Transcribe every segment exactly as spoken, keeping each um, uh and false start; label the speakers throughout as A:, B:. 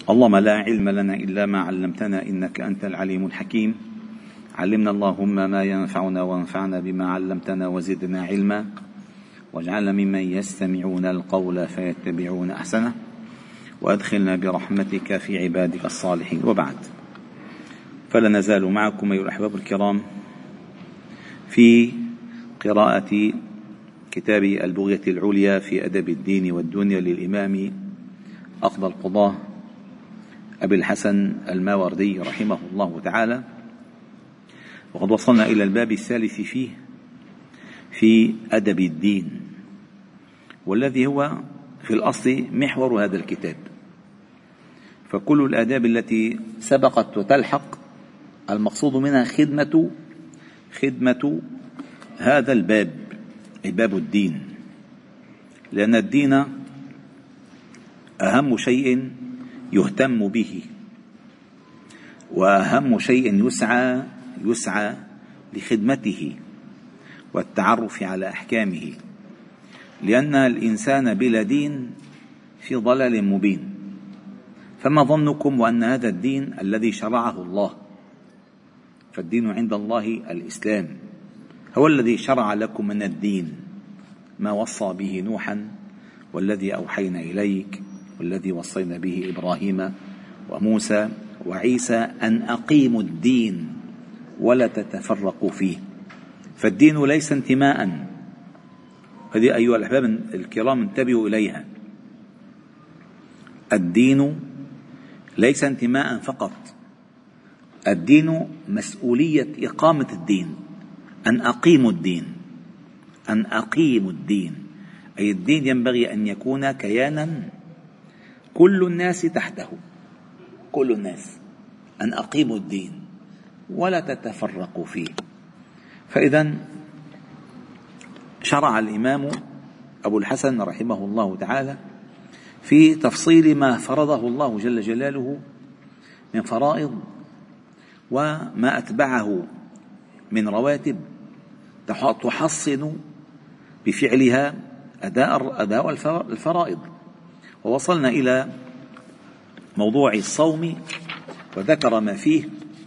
A: اللهم لا علم لنا إلا ما علمتنا إنك أنت العليم الحكيم. علمنا اللهم ما ينفعنا وانفعنا بما علمتنا وزدنا علما، واجعلنا ممن يستمعون القول فيتبعون أحسنه، وأدخلنا برحمتك في عبادك الصالحين. وبعد، فلا نزال معكم أيها الأحباب الكرام في قراءة كتاب البغية العليا في أدب الدين والدنيا للإمام أقضى القضاة أبي الحسن الماوردي رحمه الله تعالى، وقد وصلنا إلى الباب الثالث فيه في أدب الدين، والذي هو في الأصل محور هذا الكتاب. فكل الآداب التي سبقت وتلحق المقصود منها خدمة خدمة هذا الباب، أي باب الدين، لأن الدين أهم شيء يهتم به، وأهم شيء يسعى يسعى لخدمته والتعرف على أحكامه، لأن الإنسان بلا دين في ضلال مبين. فما ظنكم وأن هذا الدين الذي شرعه الله، فالدين عند الله الإسلام، هو الذي شرع لكم من الدين ما وصى به نوحا والذي أوحينا إليك والذي وصينا به إبراهيم وموسى وعيسى أن أقيموا الدين ولا تتفرقوا فيه. فالدين ليس انتماء، هذه أيها الأحباب الكرام انتبهوا إليها، الدين ليس انتماء فقط، الدين مسؤولية إقامة الدين، أن أقيموا الدين أن أقيموا الدين أي الدين ينبغي أن يكون كيانا كل الناس تحته، كل الناس، أن أقيموا الدين ولا تتفرقوا فيه. فإذا شرع الإمام أبو الحسن رحمه الله تعالى في تفصيل ما فرضه الله جل جلاله من فرائض، وما أتبعه من رواتب تحصن بفعلها أداء أداء الفرائض. ووصلنا إلى موضوع الصوم وذكر ما فيه،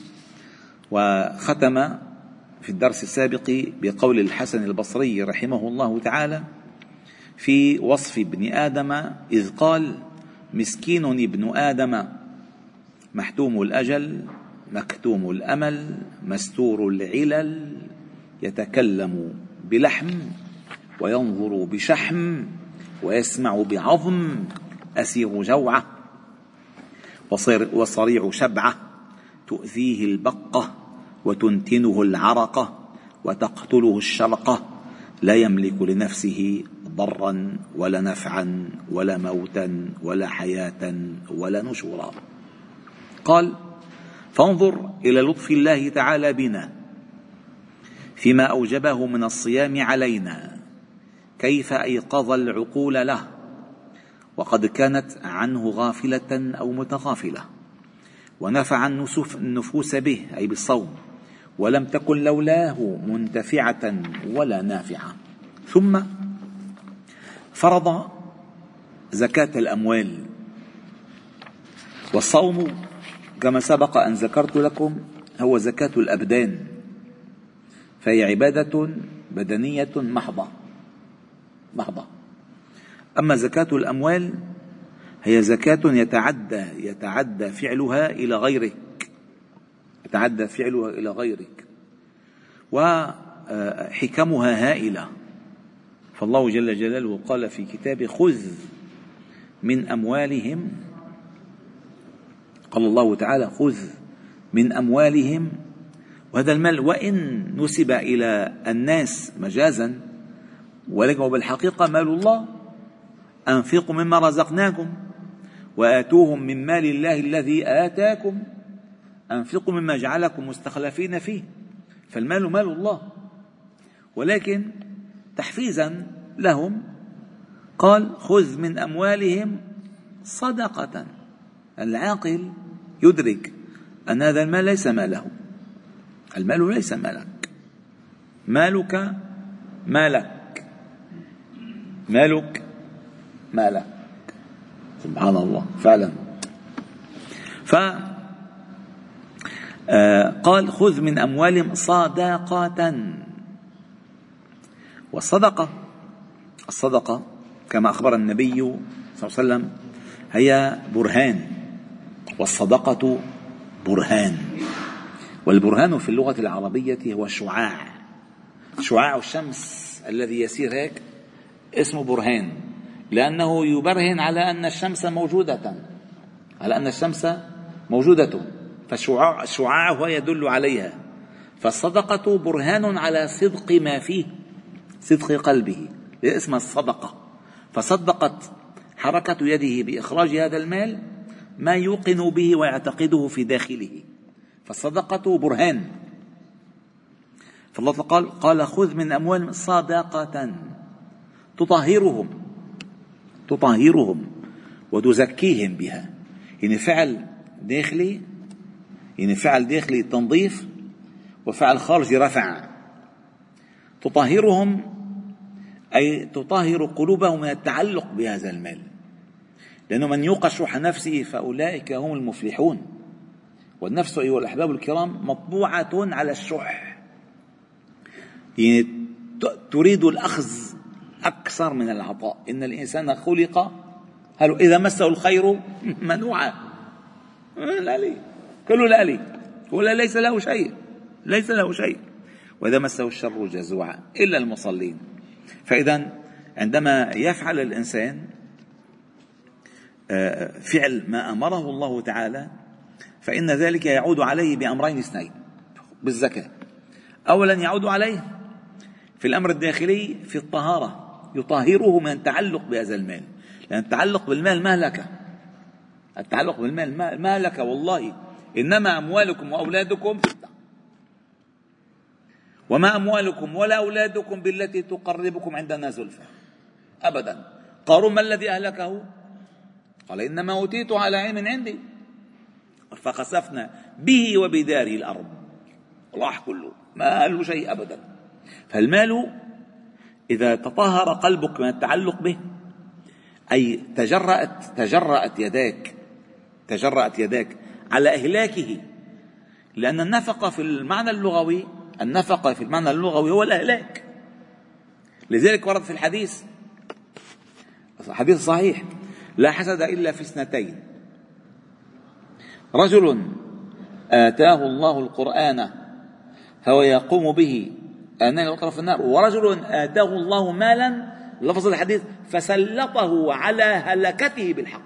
A: وختم في الدرس السابق بقول الحسن البصري رحمه الله تعالى في وصف ابن آدم إذ قال: مسكين ابن آدم محتوم الأجل مكتوم الأمل مستور العلل يتكلم بلحم وينظر بشحم ويسمع بعظم أسير جوعة وصريع شبعة تؤذيه البقة وتنتنه العرقة وتقتله الشرقة لا يملك لنفسه ضرا ولا نفعا ولا موتا ولا حياة ولا نشورا. قال: فانظر إلى لطف الله تعالى بنا فيما أوجبه من الصيام علينا، كيف أيقظ العقول له وقد كانت عنه غافلة أو متغافلة، ونفع النفوس به أي بالصوم، ولم تكن لولاه منتفعة ولا نافعة. ثم فرض زكاة الأموال. والصوم كما سبق أن ذكرت لكم هو زكاة الأبدان، فهي عبادة بدنية محضة محضة. أما زكاة الأموال هي زكاة يتعدى يتعدى فعلها إلى غيرك يتعدى فعلها إلى غيرك وحكمها هائلة. فالله جل جلاله قال في كتابه: خذ من أموالهم، قال الله تعالى: خذ من أموالهم، وهذا المال وإن نسب إلى الناس مجازا ولكن بالحقيقة مال الله، أنفقوا مما رزقناكم وآتوهم من مال الله الذي آتاكم، أنفقوا مما جعلكم مستخلفين فيه. فالمال مال الله، ولكن تحفيزا لهم قال: خذ من أموالهم صدقة. العاقل يدرك أن هذا المال ليس ماله، المال ليس مالك، مالك مالك مالك مالك. سبحان الله، فعلا فقال خذ من أموالهم صدقة. والصدقة الصدقة كما أخبر النبي صلى الله عليه وسلم هي برهان، والصدقة برهان. والبرهان في اللغة العربية هو شعاع، شعاع الشمس الذي يسير هيك اسمه برهان، لأنه يبرهن على أن الشمس موجودة، على أن الشمس موجودة، فالشعاع الشعاع هو يدل عليها. فالصدقة برهان على صدق ما فيه، صدق قلبه، اسمها الصدقة. فصدقت حركة يده بإخراج هذا المال ما يوقن به ويعتقده في داخله، فالصدقة برهان. فالله قال قال خذ من أموالهم صدقة تطهرهم تطهرهم وتزكيهم بها. يعني فعل داخلي، يعني فعل داخلي تنظيف، وفعل خارجي رفع. تطهرهم أي تطهر قلوبهم من التعلق بهذا المال، لأنه من يوق شح نفسه فأولئك هم المفلحون. والنفس أيها الأحباب الكرام مطبوعة على الشح، يعني تريد الأخذ أكثر من العطاء. إن الإنسان خلق هل إذا مسه الخير منوعا، لا لي كله لا لي، ولا ليس له شيء، ليس له شيء، وإذا مسه الشر جزوعا إلا المصلين. فإذا عندما يفعل الإنسان فعل ما أمره الله تعالى فإن ذلك يعود عليه بأمرين اثنين بالزكاة. أولا يعود عليه في الأمر الداخلي في الطهارة، يطهره من التعلق بهذا المال، لأن التعلق بالمال مهلكة، التعلق بالمال مهلكة والله. إنما أموالكم وأولادكم فتنة، وما أموالكم ولا أولادكم بالتي تقربكم عندنا زلفى أبدا. قارون ما الذي أهلكه؟ قال إنما أوتيت على علم عندي فخسفنا به وبداره الأرض، راح كله، ما له شيء أبدا. فالمال إذا تطهر قلبك من التعلق به، أي تجرأت تجرأت يداك تجرأت يداك على إهلاكه، لأن النفقة في المعنى اللغوي النفقة في المعنى اللغوي هو الإهلاك. لذلك ورد في الحديث حديث صحيح لا حسد إلا في اثنتين: رجل آتاه الله القرآن فهو يقوم به آناء الأطراف النار، ورجل آتاه الله مالا، لفظ الحديث، فسلطه على هلكته بالحق.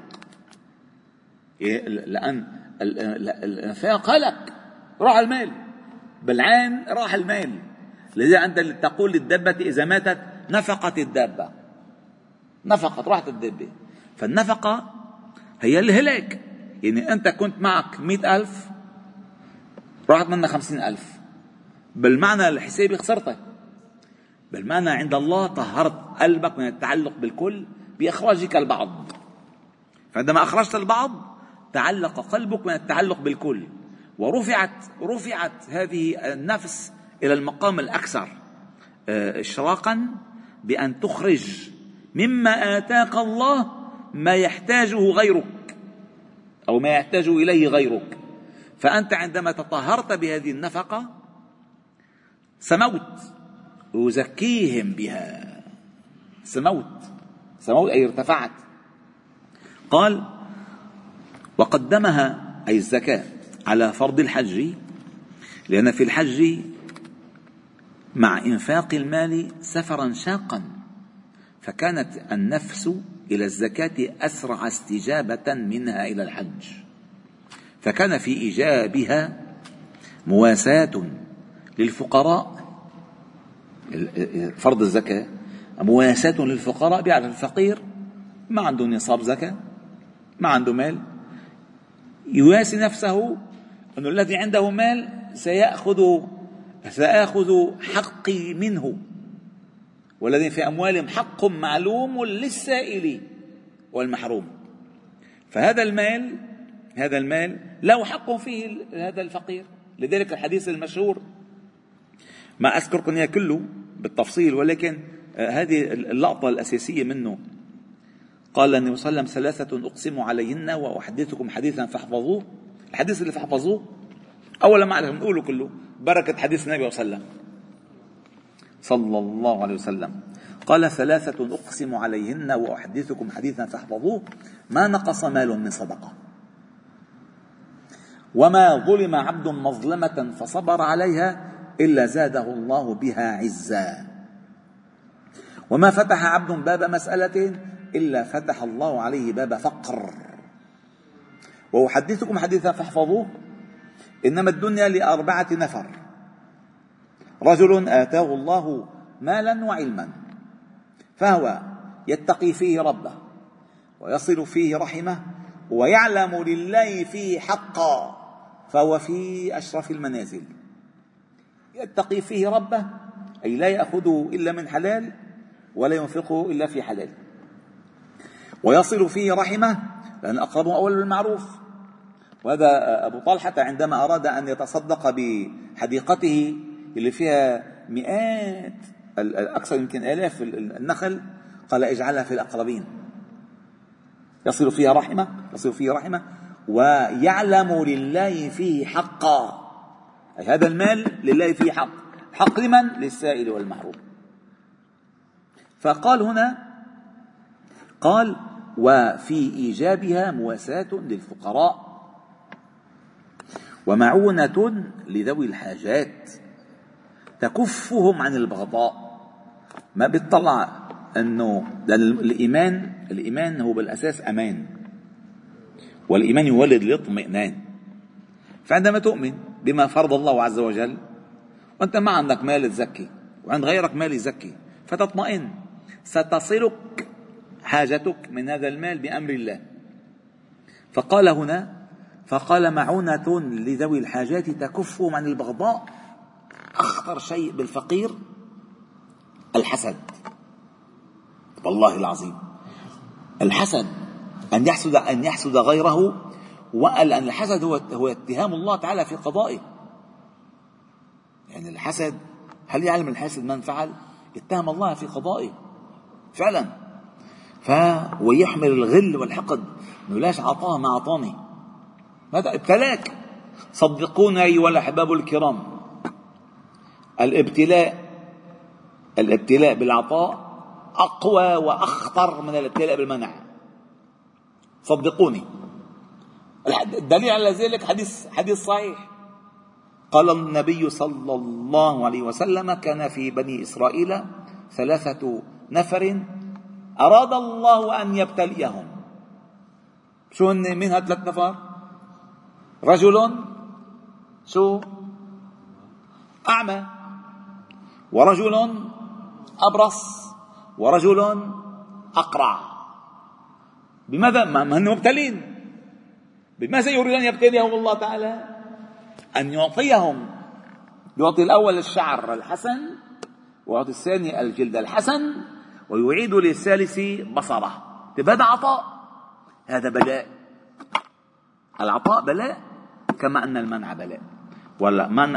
A: لأن الإنفاق هلك، راح المال بالعين، راح المال. لذا أنت تقول للدابة إذا ماتت نفقت الدابة، نفقت، راحت الدابة. فالنفقة هي الهلاك. يعني أنت كنت معك مئة ألف راحت منها خمسين ألف، بالمعنى الحسابي خسرتها، بالمعنى عند الله طهرت قلبك من التعلق بالكل بإخراجك البعض. فعندما أخرجت البعض تعلق قلبك من التعلق بالكل، ورفعت رفعت هذه النفس إلى المقام الأكثر إشراقا بأن تخرج مما آتاك الله ما يحتاجه غيرك أو ما يحتاج إليه غيرك. فأنت عندما تطهرت بهذه النفقة سموت وزكيهم بها، سموت سموت أي ارتفعت. قال وقدمها أي الزكاة على فرض الحج، لأن في الحج مع إنفاق المال سفرا شاقا، فكانت النفس إلى الزكاة أسرع استجابة منها إلى الحج، فكان في إيجابها مواساة للفقراء. فرض الزكاة مواساة للفقراء، بيعرف الفقير ما عنده نصاب زكاة، ما عنده مال، يواسي نفسه أنه الذي عنده مال سيأخذ سيأخذ حقي منه، والذين في أموالهم حق معلوم للسائل والمحروم. فهذا المال هذا المال له حق فيه هذا الفقير. لذلك الحديث المشهور ما أذكركم إياه كله بالتفصيل، ولكن هذه اللقطة الأساسية منه. قال النبي صلى الله عليه وسلم ثلاثة أقسم عليهن وأحدثكم حديثا فاحفظوه: الحديث اللي فحفظوه أولا ما عليكم نقوله كله بركة حديث النبي صلى الله عليه وسلم صلى الله عليه وسلم. قال ثلاثة أقسم عليهن وأحدثكم حديثا فاحفظوه ما نقص مال من صدقة وما ظلم عبد مظلمة فصبر عليها إلا زاده الله بها عزا وما فتح عبد باب مسألة إلا فتح الله عليه باب فقر. وأحدثكم حديثا فاحفظوه إنما الدنيا لأربعة نفر: رجل آتاه الله مالا وعلما فهو يتقي فيه ربه ويصل فيه رحمه ويعلم لله فيه حقا فهو في أشرف المنازل. يتقي فيه ربه أي لا يأخذه إلا من حلال ولا ينفقه إلا في حلال، ويصل فيه رحمه لأن أقربه أول بالمعروف. وهذا أبو طلحة عندما أراد أن يتصدق بحديقته اللي فيها مئات أكثر يمكن آلاف النخل قال اجعلها في الأقربين. يصل فيها رحمة يصل فيه رحمة ويعلم لله فيه حقا، أي هذا المال لله فيه حق. حق لمن؟ للسائل والمحروم. فقال هنا قال وفي إيجابها مواساة للفقراء ومعونة لذوي الحاجات تكفهم عن البغضاء. ما بيطلع أنه الإيمان الإيمان هو بالأساس أمان، والإيمان يولد الاطمئنان. فعندما تؤمن بما فرض الله عز وجل وأنت ما عندك مال تزكي وعند غيرك مال يزكي فتطمئن، ستصلك حاجتك من هذا المال بأمر الله. فقال هنا فقال معونة لذوي الحاجات تكفهم عن البغضاء. أخطر شيء بالفقير الحسد، والله العظيم الحسد، أن يحسد أن يحسد غيره. وقال أن الحسد هو هو اتهام الله تعالى في قضائه. يعني الحسد، هل يعلم الحاسد من فعل؟ اتهم الله في قضائه فعلا. فهو يحمل الغل والحقد انه ليش اعطاه ما اعطاني، هذا ابتلاك. صدقوني ايها الاحباب الكرام، الابتلاء الابتلاء بالعطاء اقوى واخطر من الابتلاء بالمنع، صدقوني. الدليل على ذلك حديث حديث صحيح. قال النبي صلى الله عليه وسلم كان في بني إسرائيل ثلاثة نفر أراد الله أن يبتليهم. شو هن؟ منها ثلاث نفر: رجل شو أعمى، ورجل أبرص، ورجل أقرع. بماذا؟ ما هن مبتلين. بماذا يريد أن يبتليهم الله تعالى؟ أن يعطيهم، يعطي الأول الشعر الحسن، ويعطي الثاني الجلد الحسن، ويعيد للثالث بصره. هذا عطاء، هذا بلاء. العطاء بلاء كما أن المنع بلاء. ولا من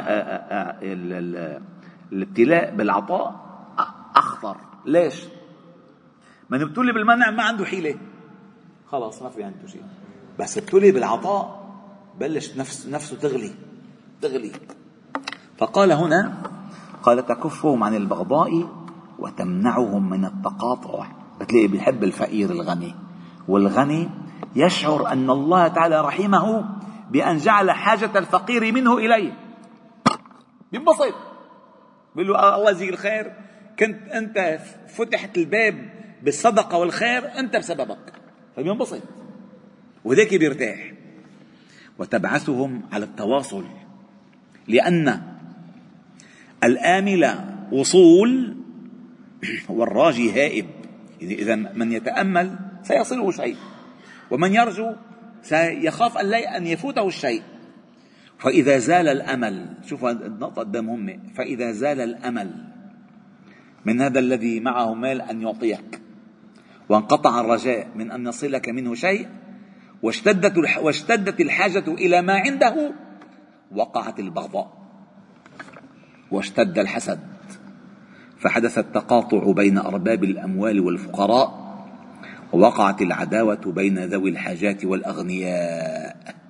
A: الابتلاء بالعطاء أخطر. ليش؟ من ابتلي بالمنع ما عنده حيلة، خلاص ما في عنده شيء. بس ابتلي بالعطاء بلش نفس نفسه تغلي تغلي. فقال هنا قال تكفهم عن البغضاء وتمنعهم من التقاطع. بتلاقي بيحب الفقير الغني، والغني يشعر أن الله تعالى رحمه بأن جعل حاجة الفقير منه إليه. بينبسط، بيقول له الله يجزيك الخير، كنت أنت فتحت الباب بالصدقة والخير أنت بسببك، فبينبسط وذاك بيرتاح. وتبعثهم على التواصل، لأن الآمل وصول والراجي هائب. إذا من يتأمل سيصله شيء، ومن يرجو سيخاف أن يفوته الشيء. فإذا زال الأمل، شوف النقطة قد مهمة، فإذا زال الأمل من هذا الذي معه مال أن يعطيك، وانقطع الرجاء من أن يصلك منه شيء، واشتدت واشتدت الحاجة إلى ما عنده، وقعت البغضاء واشتد الحسد، فحدث التقاطع بين أرباب الأموال والفقراء، ووقعت العداوة بين ذوي الحاجات والأغنياء،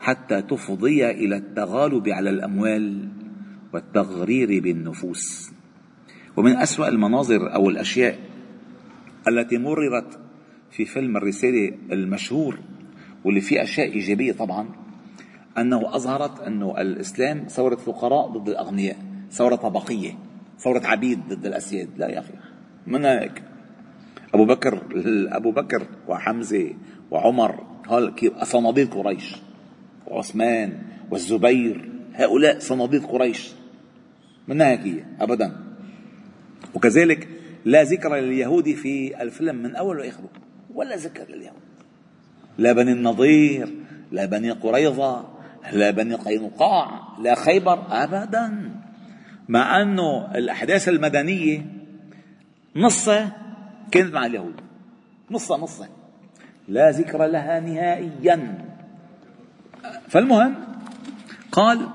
A: حتى تفضي إلى التغالب على الأموال والتغرير بالنفوس. ومن أسوأ المناظر أو الأشياء التي مررت في فيلم الرسالة المشهور، واللي فيه أشياء إيجابية طبعا، أنه أظهرت أنه الإسلام ثورة فقراء ضد الأغنياء، ثورة طبقية، ثورة عبيد ضد الأسياد. لا يا أخي، من هيك. أبو بكر أبو بكر وحمزة وعمر صناديد قريش، وعثمان والزبير، هؤلاء صناديد قريش، من هيك أبدا. وكذلك لا ذكر لليهود في الفيلم من أول وآخره، ولا ذكر لليهود، لا بني النضير، لا بني قريظة، لا بني قينقاع، لا خيبر، أبدا. مع أنه الأحداث المدنية نصها كانت مع اليهود، نصها نصها لا ذكر لها نهائيا. فالمهم قال: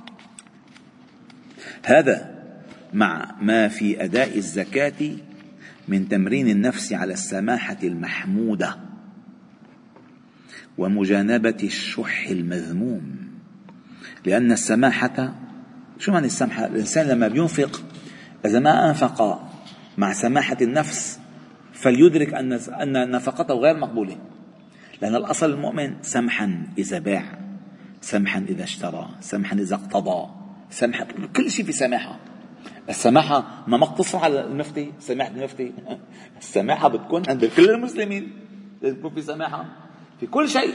A: هذا مع ما في أداء الزكاة من تمرين النفس على السماحة المحمودة ومجانبة الشح المذموم. لأن السماحة، شو معنى السماحة؟ الإنسان لما بينفق إذا ما أنفق مع سماحة النفس فليدرك أن أن نفقته غير مقبولة. لأن الأصل المؤمن سمحا إذا باع، سمحا إذا اشترى، سمحا إذا اقتضى، سمحا، كل شيء في سماحة. السماحة ما مقتصرة على المفتي، سماحة المفتي. السماحة بتكون عند كل المسلمين، لازم يكون في سماحة في كل شيء.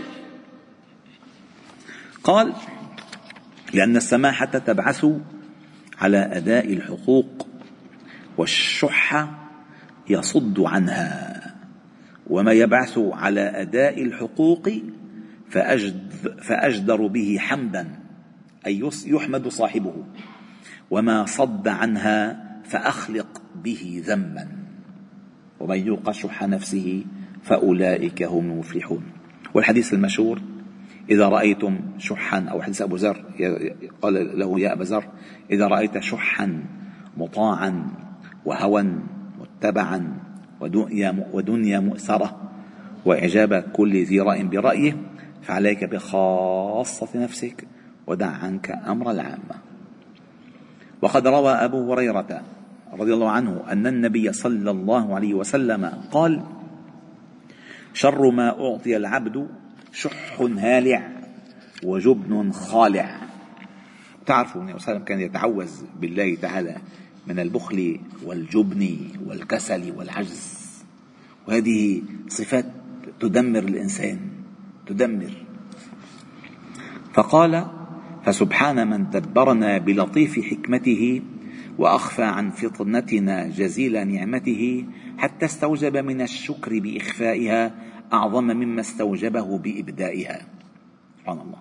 A: قال: لأن السماحة تبعث على أداء الحقوق، والشح يصد عنها. وما يبعث على أداء الحقوق فأجد فأجدر به حمدا، أي يحمد صاحبه، وما صد عنها فأخلق به ذما، ومن يوق شح نفسه فأولئك هم المفلحون. والحديث المشهور: إذا رأيتم شحا، أو حديث أبو ذر قال له: يا أبا ذر، إذا رأيت شحا مطاعا وهوى متبعا ودنيا مؤثرة وإعجاب كل ذي رأي برأيه فعليك بخاصة نفسك ودع عنك أمر العامة. وقد روى أبو هريرة رضي الله عنه أن النبي صلى الله عليه وسلم قال: شر ما أعطي العبد شح هالع وجبن خالع. تعرفوا النبي صلى الله عليه وسلم كان يتعوذ بالله تعالى من البخل والجبن والكسل والعجز، وهذه صفات تدمر الإنسان، تدمر. فقال: فسبحان من دبرنا بلطيف حكمته وأخفى عن فطنتنا جزيل نعمته، حتى استوجب من الشكر بإخفائها أعظم مما استوجبه بإبدائها. سبحان الله.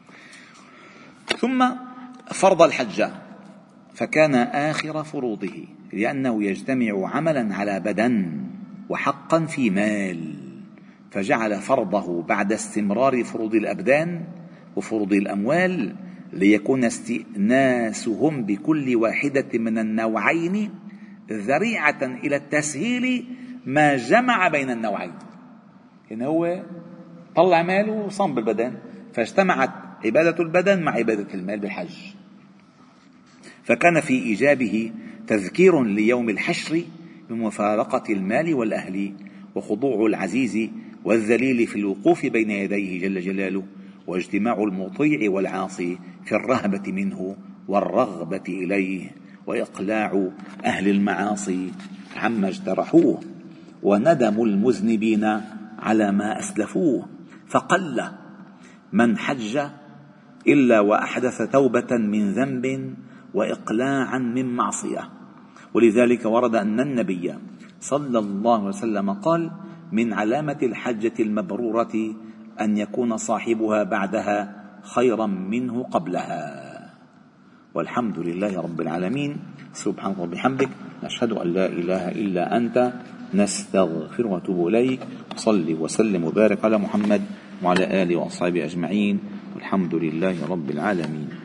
A: ثم فرض الحج، فكان آخر فروضه، لأنه يجتمع عملا على بدن وحقا في مال، فجعل فرضه بعد استمرار فروض الأبدان وفروض الأموال، ليكون استئناسهم بكل واحدة من النوعين ذريعة إلى التسهيل ما جمع بين النوعين. يعني هو طلع ماله وصام بالبدن، فاجتمعت عبادة البدن مع عبادة المال بالحج. فكان في إيجابه تذكير ليوم الحشر بمفارقة المال والأهل، وخضوع العزيز والذليل في الوقوف بين يديه جل جلاله، واجتماع المطيع والعاصي في الرهبة منه والرغبة إليه، وإقلاع أهل المعاصي عما اجترحوه، وندم المذنبين على ما أسلفوه. فقل من حج إلا وأحدث توبة من ذنب وإقلاعا من معصية. ولذلك ورد أن النبي صلى الله عليه وسلم قال: من علامة الحجة المبرورة أن يكون صاحبها بعدها خيرا منه قبلها. والحمد لله رب العالمين. سبحانك وبحمدك، نشهد أن لا إله إلا أنت، نستغفر ونتوب إليك. صل وسلم وبارك على محمد وعلى آله وأصحابه أجمعين، والحمد لله رب العالمين.